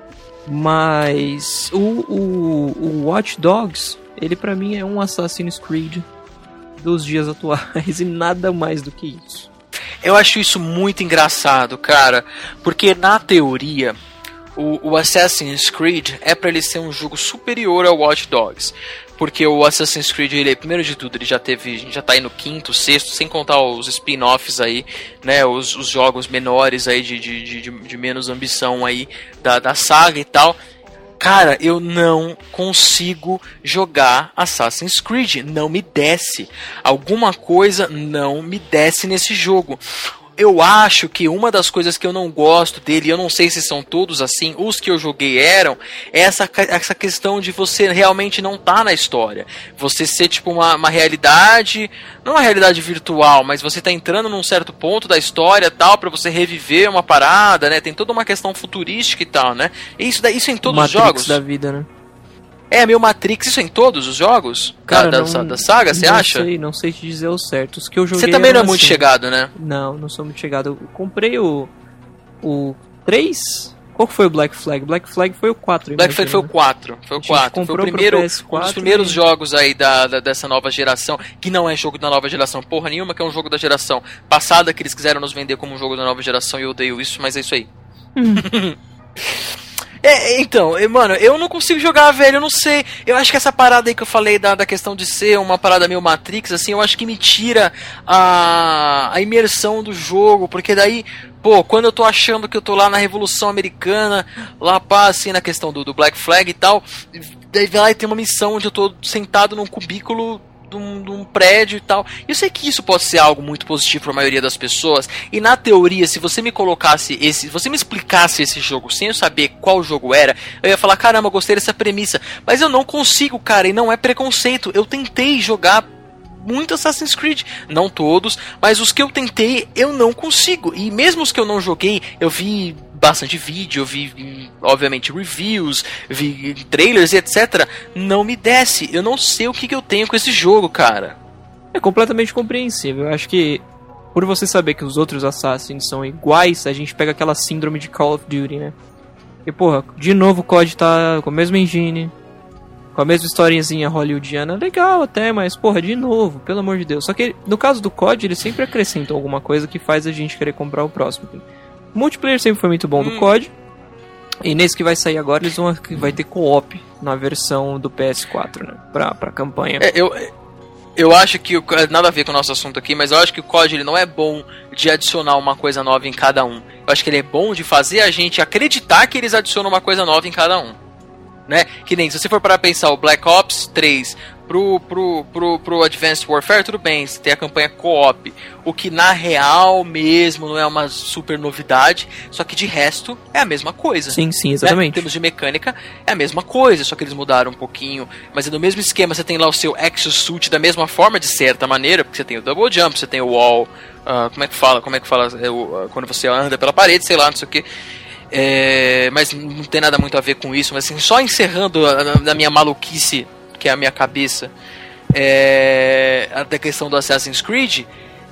Mas o, o, o Watch Dogs, ele pra mim é um Assassin's Creed dos dias atuais e nada mais do que isso. Eu acho isso muito engraçado, cara, porque na teoria o, o Assassin's Creed é pra ele ser um jogo superior ao Watch Dogs, porque o Assassin's Creed, ele, primeiro de tudo, ele já teve, a gente já tá aí no quinto, sexto, sem contar os spin-offs aí, né, os, os jogos menores aí de, de, de, de menos ambição aí da, da saga e tal. Cara, eu não consigo jogar Assassin's Creed, não me desce. Alguma coisa não me desce nesse jogo. Eu acho que uma das coisas que eu não gosto dele, eu não sei se são todos assim, os que eu joguei eram, é essa, essa questão de você realmente não estar tá na história. Você ser tipo uma, uma realidade, não uma realidade virtual, mas você tá entrando num certo ponto da história tal, pra você reviver uma parada, né? Tem toda uma questão futurística e tal, né? E isso, isso é em todos Matrix os jogos? Da vida, né? É, meio Matrix, isso é em todos os jogos? Cara, da, não, da, da saga, você acha? Não sei, não sei te dizer o certo. Os que eu joguei você também não é assim. muito chegado, né? Não, não sou muito chegado. Eu comprei o o três. Qual que foi o Black Flag? Black Flag foi o quatro. Black Flag foi o quatro. Foi o quatro. Foi o primeiro, um dos primeiros e... jogos aí da, da, dessa nova geração, que não é jogo da nova geração porra nenhuma, que é um jogo da geração passada, que eles quiseram nos vender como um jogo da nova geração e eu odeio isso, mas é isso aí. É, então, mano, eu não consigo jogar, velho, eu não sei. Eu acho que essa parada aí que eu falei da, da questão de ser uma parada meio Matrix, assim, eu acho que me tira a, a imersão do jogo, porque daí, pô, quando eu tô achando que eu tô lá na Revolução Americana, lá pá, assim, na questão do, do Black Flag e tal, daí vai lá e tem uma missão onde eu tô sentado num cubículo de um, de um prédio e tal. Eu sei que isso pode ser algo muito positivo para a maioria das pessoas. E na teoria, se você me colocasse esse, se você me explicasse esse jogo sem eu saber qual jogo era, eu ia falar, caramba, gostei dessa premissa. Mas eu não consigo, cara, e não é preconceito. Eu tentei jogar muito Assassin's Creed, não todos, mas os que eu tentei, eu não consigo. E mesmo os que eu não joguei, eu vi bastante vídeo, eu vi, obviamente, reviews, vi trailers e etcétera. Não me desce. Eu não sei o que, que eu tenho com esse jogo, cara. É completamente compreensível. Eu acho que, por você saber que os outros Assassins são iguais, a gente pega aquela síndrome de Call of Duty, né? E, porra, de novo o C O D tá com a mesma engine, com a mesma historinhazinha hollywoodiana. Legal até, mas, porra, de novo, pelo amor de Deus. Só que, no caso do C O D, eles sempre acrescentam alguma coisa que faz a gente querer comprar o próximo. O multiplayer sempre foi muito bom do hum. C O D. E nesse que vai sair agora, eles vão vai ter co-op na versão do P S quatro, né? Pra, pra campanha. É, eu, eu acho que... Nada a ver com o nosso assunto aqui, mas eu acho que o C O D ele não é bom de adicionar uma coisa nova em cada um. Eu acho que ele é bom de fazer a gente acreditar que eles adicionam uma coisa nova em cada um. Né? Que nem, se você for para pensar o Black Ops três pro, pro, pro, pro Advanced Warfare, tudo bem, você tem a campanha co-op, o que na real mesmo não é uma super novidade, só que de resto é a mesma coisa. Sim, sim, exatamente. Né? Em termos de mecânica é a mesma coisa, só que eles mudaram um pouquinho, mas é do mesmo esquema. Você tem lá o seu exosuit da mesma forma, de certa maneira, porque você tem o double jump, você tem o wall, uh, como é que fala, como é que fala é, o, uh, quando você anda pela parede, sei lá, não sei o que. É, mas não tem nada muito a ver com isso. Mas assim, só encerrando na minha maluquice, que é a minha cabeça, é, a questão do Assassin's Creed,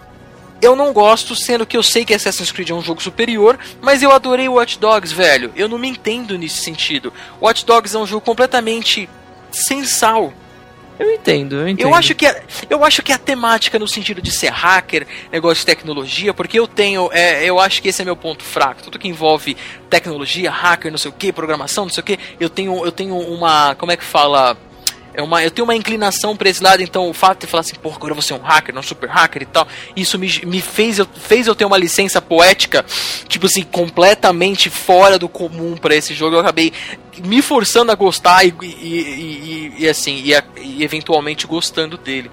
eu não gosto, sendo que eu sei que Assassin's Creed é um jogo superior, mas eu adorei Watch Dogs, velho. Eu não me entendo nesse sentido. Watch Dogs é um jogo completamente sem sal. Eu entendo, eu entendo. Eu acho que a, eu acho que a temática no sentido de ser hacker, negócio de tecnologia, porque eu tenho, é, eu acho que esse é meu ponto fraco. Tudo que envolve tecnologia, hacker, não sei o que, programação, não sei o que, eu tenho, eu tenho uma, como é que fala? É uma, eu tenho uma inclinação pra esse lado, então o fato de falar assim, porra, agora eu vou ser um hacker, não um super hacker e tal, isso me, me fez, eu, fez eu ter uma licença poética, tipo assim, completamente fora do comum pra esse jogo. Eu acabei me forçando a gostar e, e, e, e assim, e, e eventualmente gostando dele.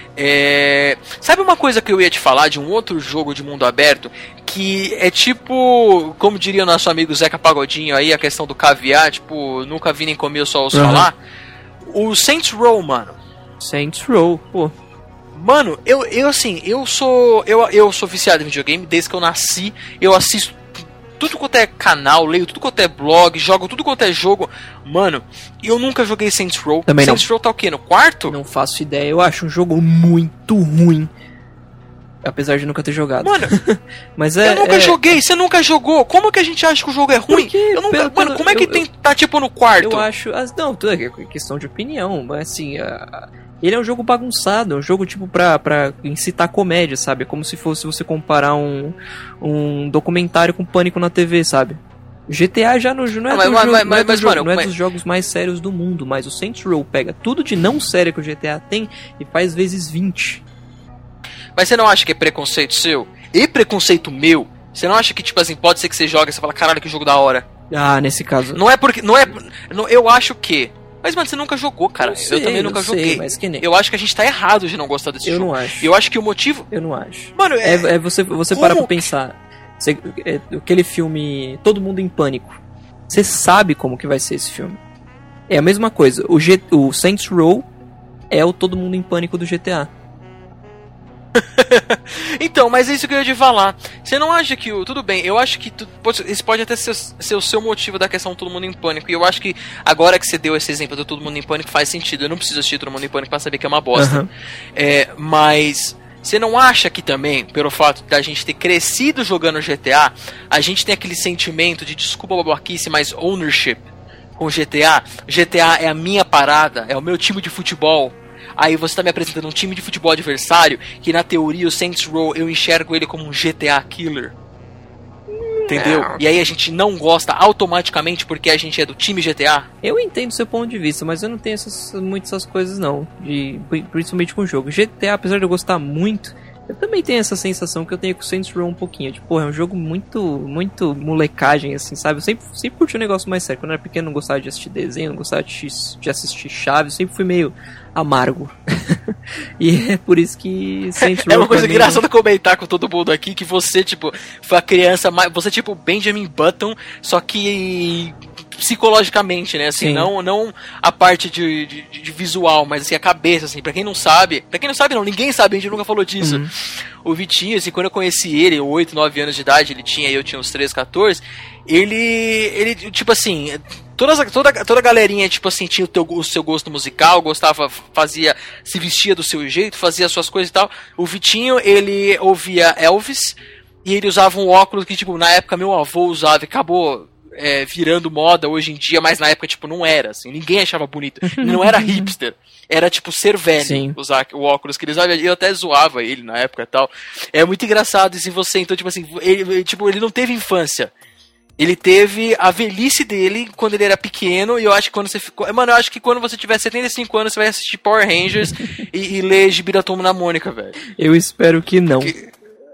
É... Sabe uma coisa que eu ia te falar de um outro jogo de mundo aberto, que é tipo, como diria o nosso amigo Zeca Pagodinho aí, a questão do caviar, tipo, nunca vi nem comi, eu só ouço uhum. falar. O Saints Row, mano. Saints Row, pô. Mano, eu, eu assim, eu sou eu, eu sou viciado em videogame desde que eu nasci. Eu assisto tudo quanto é canal, leio tudo quanto é blog, jogo tudo quanto é jogo. Mano, eu nunca joguei Saints Row. Também Saints não. Row tá o quê? No quarto? Não faço ideia. Eu acho um jogo muito ruim. Apesar de nunca ter jogado. Mano, mas é, eu nunca é... joguei, você nunca jogou. Como que a gente acha que o jogo é ruim? Eu nunca, pelo, mano, como é que eu, tem, tá tipo no quarto? Eu acho... Não, tudo é questão de opinião. Mas assim, a, ele é um jogo bagunçado. É um jogo tipo pra, pra incitar comédia, sabe? É como se fosse você comparar um, um documentário com Pânico na T V, sabe? G T A já não, não é, ah, mas, do mas, jogo, mas, não é, mas, do jogo, mano, não é dos jogos mais sérios do mundo. Mas o Saints Row pega tudo de não sério que o G T A tem e faz vezes vinte. Mas você não acha que é preconceito seu? E preconceito meu? Você não acha que, tipo assim, pode ser que você joga e você fala, caralho, que jogo da hora? Ah, nesse caso... Não é porque... Não é... Não, eu acho que... Mas, mano, você nunca jogou, cara. Eu, sei, eu também nunca eu joguei. Sei, mas que nem... Eu acho que a gente tá errado de não gostar desse eu jogo. Eu não acho. Eu acho que o motivo... Eu não acho. Mano, é... É, é você, você parar pra pensar. Você, é, aquele filme Todo Mundo em Pânico. Você sabe como que vai ser esse filme. É a mesma coisa. O, G, o Saints Row é o Todo Mundo em Pânico do G T A. Então, mas é isso que eu ia te falar. Você não acha que o... Tudo bem, eu acho que tu, isso pode até ser, ser o seu motivo da questão do Todo Mundo em Pânico. E eu acho que agora que você deu esse exemplo do Todo Mundo em Pânico faz sentido. Eu não preciso assistir Todo Mundo em Pânico pra saber que é uma bosta. Uhum. É, mas... Você não acha que também, pelo fato da gente ter crescido jogando G T A, a gente tem aquele sentimento de, desculpa a babaquice, mas ownership com G T A? G T A é a minha parada, é o meu time de futebol. Aí você tá me apresentando um time de futebol adversário que na teoria o Saints Row eu enxergo ele como um G T A killer. Entendeu? Não. E aí a gente não gosta automaticamente porque a gente é do time G T A? Eu entendo seu ponto de vista, mas eu não tenho essas, muito essas coisas não, de, principalmente com o jogo. G T A, apesar de eu gostar muito, eu também tenho essa sensação que eu tenho com o Saints Row um pouquinho. Tipo, porra, é um jogo muito, muito molecagem, assim, sabe? Eu sempre, sempre curti um negócio mais sério. Quando eu era pequeno, eu não gostava de assistir desenho, não gostava de, de assistir Chaves, eu sempre fui meio amargo. E é por isso que Saints Row... É uma coisa engraçada comentar com todo mundo aqui, que você, tipo, foi a criança mais... Você, tipo, Benjamin Button, só que... psicologicamente, né, assim, não, não a parte de, de, de visual, mas assim, a cabeça, assim, pra quem não sabe, pra quem não sabe não, ninguém sabe, a gente nunca falou disso. Uhum. O Vitinho, assim, quando eu conheci ele, oito, nove anos de idade, ele tinha, eu tinha uns treze, catorze, ele, ele, tipo assim, toda, toda, toda a galerinha, tipo assim, tinha o, teu, o seu gosto musical, gostava, fazia, se vestia do seu jeito, fazia as suas coisas e tal. O Vitinho, ele ouvia Elvis, e ele usava um óculos que, tipo, na época meu avô usava e acabou... É, virando moda hoje em dia, mas na época, tipo, não era, assim, ninguém achava bonito, não era hipster, era, tipo, ser velho, Sim. usar o óculos que eles usavam, eu até zoava ele na época e tal, é muito engraçado isso em você, então, tipo assim, ele, tipo, ele não teve infância, ele teve a velhice dele quando ele era pequeno, e eu acho que quando você ficou, mano, eu acho que quando você tiver setenta e cinco anos, você vai assistir Power Rangers e, e ler Gibi da Turma da Mônica, velho. Eu espero que não. Que...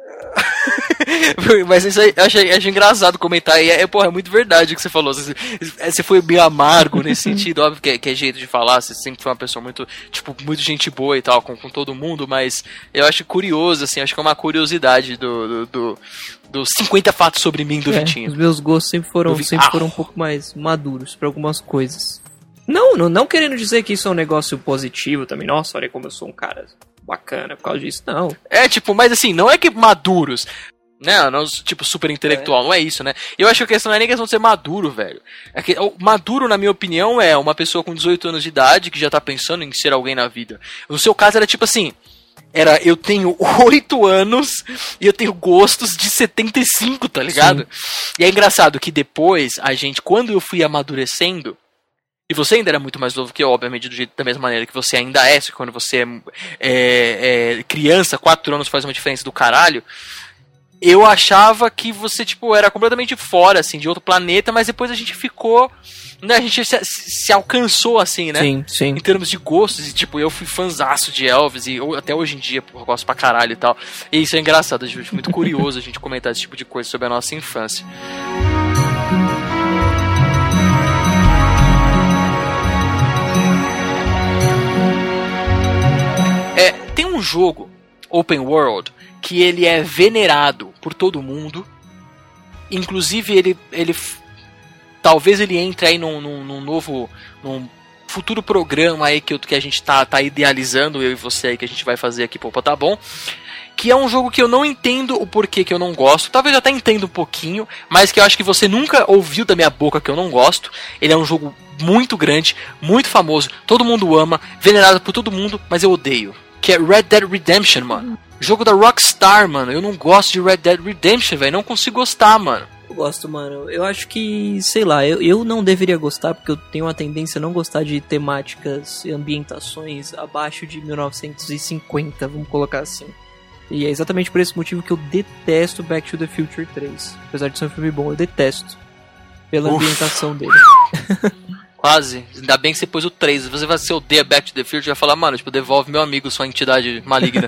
Mas isso aí, eu achei, achei engraçado comentar. E é, porra, é muito verdade o que você falou. Você, você foi bem amargo nesse sentido. Óbvio que é, que é jeito de falar. Você sempre foi uma pessoa muito, tipo, muito gente boa e tal, com, com todo mundo. Mas eu acho curioso, assim. Acho que é uma curiosidade do, do, do, do cinquenta fatos sobre mim do é, Vitinho. Os meus gostos sempre foram, vi... sempre ah. foram um pouco mais maduros pra algumas coisas. Não, não, não querendo dizer que isso é um negócio positivo também. Nossa, olha como eu sou um cara bacana por causa disso. Não. É, tipo, mas assim, não é que maduros... Né, não, tipo, super intelectual, é. não é isso, né? Eu acho que a questão não é nem questão de ser maduro, velho. É que, maduro, na minha opinião, é uma pessoa com dezoito anos de idade que já tá pensando em ser alguém na vida. No seu caso era tipo assim, era, eu tenho oito anos e eu tenho gostos de setenta e cinco, tá ligado? Sim. E é engraçado que depois, a gente, quando eu fui amadurecendo, e você ainda era muito mais novo que eu, obviamente, do jeito, da mesma maneira que você ainda é, só que quando você é, é, é criança, quatro anos faz uma diferença do caralho, eu achava que você, tipo, era completamente fora, assim, de outro planeta, mas depois a gente ficou, né, a gente se, se alcançou, assim, né? Sim, sim. Em termos de gostos, e, tipo, eu fui fãzaço de Elvis, e eu, até hoje em dia, eu gosto pra caralho e tal. E isso é engraçado, a gente, muito curioso a gente comentar esse tipo de coisa sobre a nossa infância. É, tem um jogo, Open World, que ele é venerado por todo mundo. Inclusive ele, ele talvez ele entre aí num, num, num novo, num futuro programa aí que, que a gente tá, tá idealizando, eu e você aí, que a gente vai fazer aqui, pô, tá bom? Que é um jogo que eu não entendo o porquê que eu não gosto. Talvez eu até entenda um pouquinho, mas que eu acho que você nunca ouviu da minha boca que eu não gosto. Ele é um jogo muito grande, muito famoso, todo mundo ama, venerado por todo mundo, mas eu odeio. Que é Red Dead Redemption, mano. Jogo da Rockstar, mano. Eu não gosto de Red Dead Redemption, velho. Não consigo gostar, mano. Eu gosto, mano. Eu acho que, sei lá, eu, eu não deveria gostar, porque eu tenho uma tendência a não gostar de temáticas e ambientações abaixo de mil novecentos e cinquenta, vamos colocar assim. E é exatamente por esse motivo que eu detesto Back to the Future três. Apesar de ser um filme bom, eu detesto. Pela Uf. ambientação dele. Quase. Ainda bem que você pôs o três. Você vai ser odeia Back to the Future e vai falar, mano, tipo, devolve meu amigo, sua entidade maligna.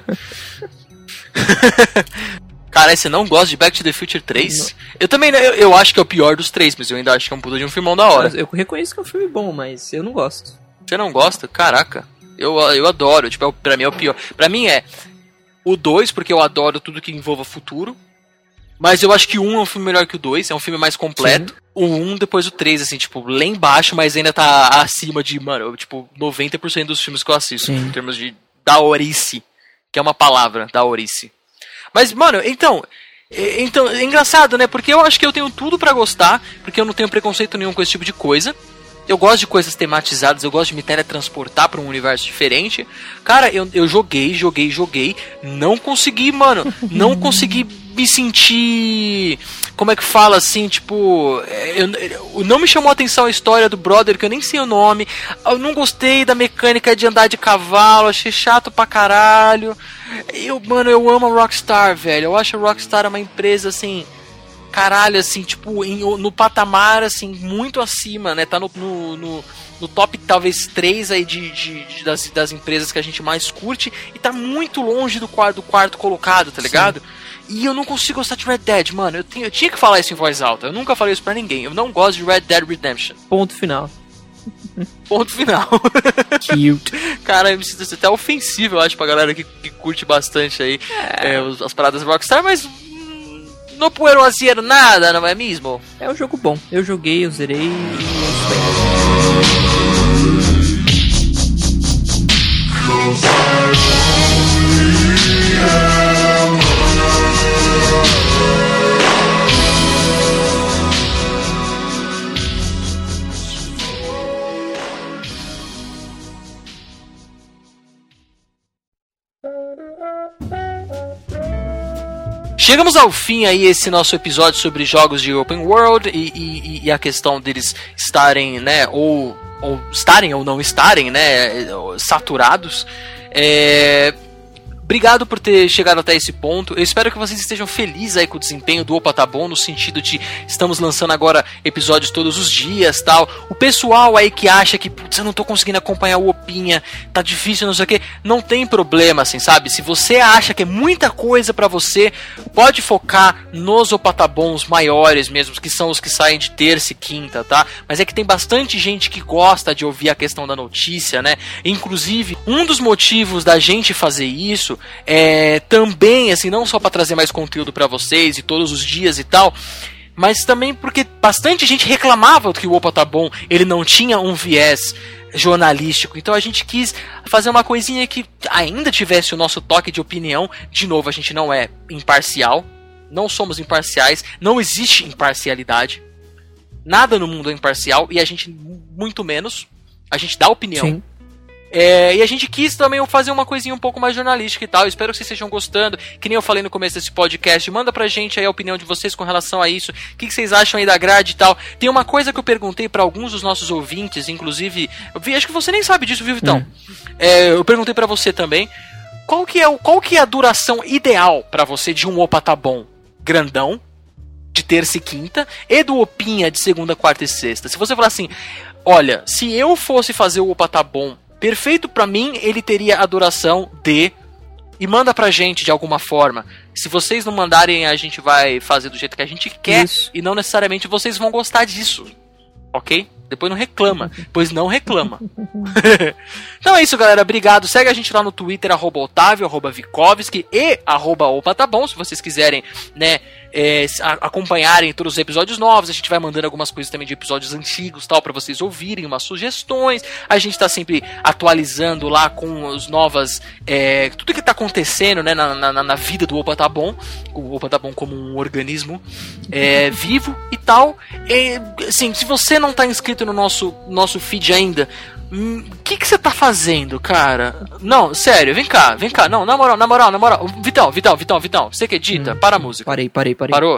Cara, você não gosta de Back to the Future três? Não. Eu também, eu, eu acho que é o pior dos três, mas eu ainda acho que é um puta de um filmão da hora. Eu reconheço que é um filme bom, mas eu não gosto. Você não gosta? Caraca. Eu, eu adoro. Tipo, é, pra mim é o pior. Pra mim é o dois, porque eu adoro tudo que envolva futuro. Mas eu acho que o um é um filme melhor que o dois, é um filme mais completo. Sim. O um, depois o três, assim, tipo, lá embaixo, mas ainda tá acima de, mano, tipo, noventa por cento dos filmes que eu assisto, Sim. em termos de daorice, que é uma palavra, daorice. Mas, mano, então, é, então, é engraçado, né, porque eu acho que eu tenho tudo pra gostar, porque eu não tenho preconceito nenhum com esse tipo de coisa. Eu gosto de coisas tematizadas, eu gosto de me teletransportar pra um universo diferente. Cara, eu, eu joguei, joguei, joguei, não consegui, mano, não consegui me sentir... Como é que fala assim, tipo... Eu, eu, não me chamou a atenção a história do brother, que eu nem sei o nome. Eu não gostei da mecânica de andar de cavalo, achei chato pra caralho. Eu, mano, eu amo a Rockstar, velho. Eu acho a Rockstar uma empresa, assim... caralho, assim, tipo, em, no patamar, assim, muito acima, né? Tá no, no, no, no top, talvez, três aí de, de, de, das, das empresas que a gente mais curte e tá muito longe do quarto, do quarto colocado, tá ligado? Sim. E eu não consigo gostar de Red Dead, mano. Eu, tenho, eu tinha que falar isso em voz alta. Eu nunca falei isso pra ninguém. Eu não gosto de Red Dead Redemption. Ponto final. Ponto final. Cute. Cara, eu me sinto até ofensivo, eu acho, pra galera que, que curte bastante aí é. É, as paradas Rockstar, mas não puedo fazer nada, não é mesmo? É um jogo bom. Eu joguei, eu zerei e Chegamos ao fim aí esse nosso episódio sobre jogos de open world e, e, e a questão deles estarem, né, ou, ou estarem ou não estarem, né, saturados. É... Obrigado por ter chegado até esse ponto. Eu espero que vocês estejam felizes aí com o desempenho do Opa Tá Bom, no sentido de estamos lançando agora episódios todos os dias, tal. O pessoal aí que acha que, putz, eu não tô conseguindo acompanhar o Opinha, tá difícil, não sei o que, não tem problema, assim, sabe? Se você acha que é muita coisa pra você, pode focar nos Opa Tá Bons maiores mesmo, que são os que saem de terça e quinta, tá? Mas é que tem bastante gente que gosta de ouvir a questão da notícia, né? Inclusive, um dos motivos da gente fazer isso é também, assim, não só para trazer mais conteúdo para vocês e todos os dias e tal, mas também porque bastante gente reclamava que o Opa Tá Bom, ele não tinha um viés jornalístico, então a gente quis fazer uma coisinha que ainda tivesse o nosso toque de opinião. De novo, a gente não é imparcial, não somos imparciais, não existe imparcialidade, nada no mundo é imparcial e a gente muito menos, a gente dá opinião. Sim. É, e a gente quis também fazer uma coisinha um pouco mais jornalística e tal. Espero que vocês estejam gostando. Que nem eu falei no começo desse podcast, manda pra gente aí a opinião de vocês com relação a isso. O que, que vocês acham aí da grade e tal. Tem uma coisa que eu perguntei pra alguns dos nossos ouvintes, inclusive, eu vi, acho que você nem sabe disso, viu, Vitão? Hum. É, eu perguntei pra você também. Qual que é, o, qual que é a duração ideal pra você de um Opa Tá Bom grandão, de terça e quinta, e do Opinha de segunda, quarta e sexta? Se você falar assim, olha, se eu fosse fazer o Opa Tá Bom perfeito pra mim, ele teria a duração de... E manda pra gente de alguma forma. Se vocês não mandarem, a gente vai fazer do jeito que a gente quer. Isso. E não necessariamente vocês vão gostar disso. Ok? Depois não reclama. Pois não reclama. Então é isso, galera. Obrigado. Segue a gente lá no Twitter, arroba Otávio, arroba Vikovski e arroba Opa Tá Bom. Se vocês quiserem, né, é, acompanharem todos os episódios novos. A gente vai mandando algumas coisas também de episódios antigos, tal, pra vocês ouvirem, umas sugestões. A gente tá sempre atualizando lá com as novas... É, tudo que tá acontecendo, né, na, na, na vida do Opa Tá Bom. O Opa Tá Bom como um organismo é, vivo e tal. E, assim, se você não tá inscrito no nosso, nosso feed ainda, o que que você tá fazendo, cara? Não, sério, vem cá, vem cá. Não, na moral, na moral, na moral. Vitão, Vitão, Vitão, Vitão, você que edita, hum, para a música. Parei, parei, parei. Parou?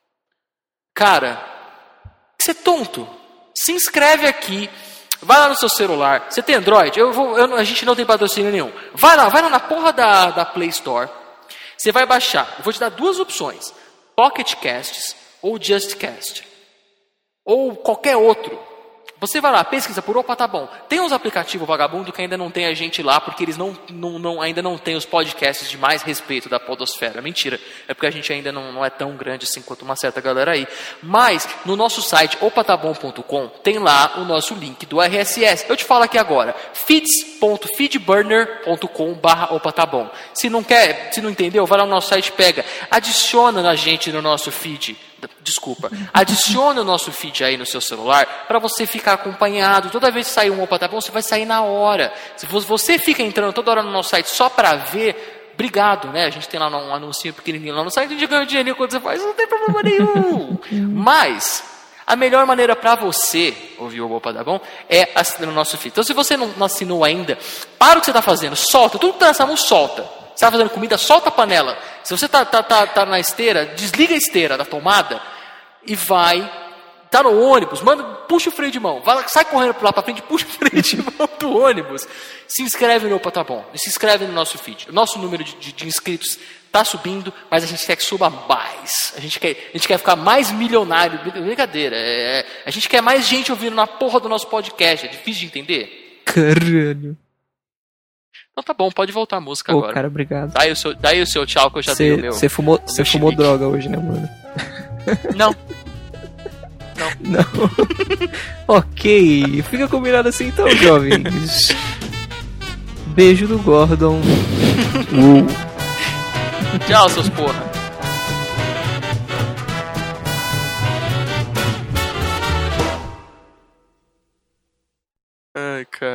Cara, você é tonto. Se inscreve aqui. Vai lá no seu celular. Você tem Android? Eu vou, eu, a gente não tem patrocínio nenhum. Vai lá, vai lá na porra da, da Play Store. Você vai baixar. Eu vou te dar duas opções: Pocket Casts ou Just Cast. Ou qualquer outro. Você vai lá, pesquisa por Opa Tá Bom. Tem uns aplicativos vagabundo que ainda não tem a gente lá, porque eles não, não, não, ainda não tem os podcasts de mais respeito da podosfera. Mentira, é porque a gente ainda não, não é tão grande assim quanto uma certa galera aí. Mas no nosso site opa tá bom ponto com tem lá o nosso link do R S S. Eu te falo aqui agora, feeds ponto feedburner ponto com barra Opa Tá Bom. Se não quer, se não entendeu, vai lá no nosso site, pega, adiciona a gente no nosso feed. Desculpa, adicione o nosso feed aí no seu celular para você ficar acompanhado. Toda vez que sair um Opa Tá Bom, você vai sair na hora. Se você fica entrando toda hora no nosso site só para ver, obrigado, né? A gente tem lá um anúncio pequenininho lá no site, a gente ganha um dinheirinho quando você faz, não tem problema nenhum. Mas a melhor maneira para você ouvir o Opa Tá Bom é assinar o nosso feed. Então, se você não, não assinou ainda, para o que você está fazendo, solta, tudo que está nessa mão, solta. Você está fazendo comida, solta a panela. Se você está tá, tá, tá na esteira, desliga a esteira da tomada e vai. Está no ônibus, manda, puxa o freio de mão. Vai lá, sai correndo lá para frente, puxa o freio de mão do ônibus. Se inscreve no Opa Tá Bom. E se inscreve no nosso feed. O nosso número de, de, de inscritos tá subindo, mas a gente quer que suba mais. A gente quer, a gente quer ficar mais milionário. Brincadeira. É, a gente quer mais gente ouvindo na porra do nosso podcast. É difícil de entender? Caralho. Então tá bom, pode voltar a música Pô, agora. cara, obrigado. Dá aí o seu, dá aí o seu tchau que eu já cê, dei o meu. Você fumou, cê fumou droga hoje, né, mano? Não. Não. Não. Ok, fica combinado assim então, jovens. Beijo do Gordon. uh. Tchau, seus porra. Ai, cara.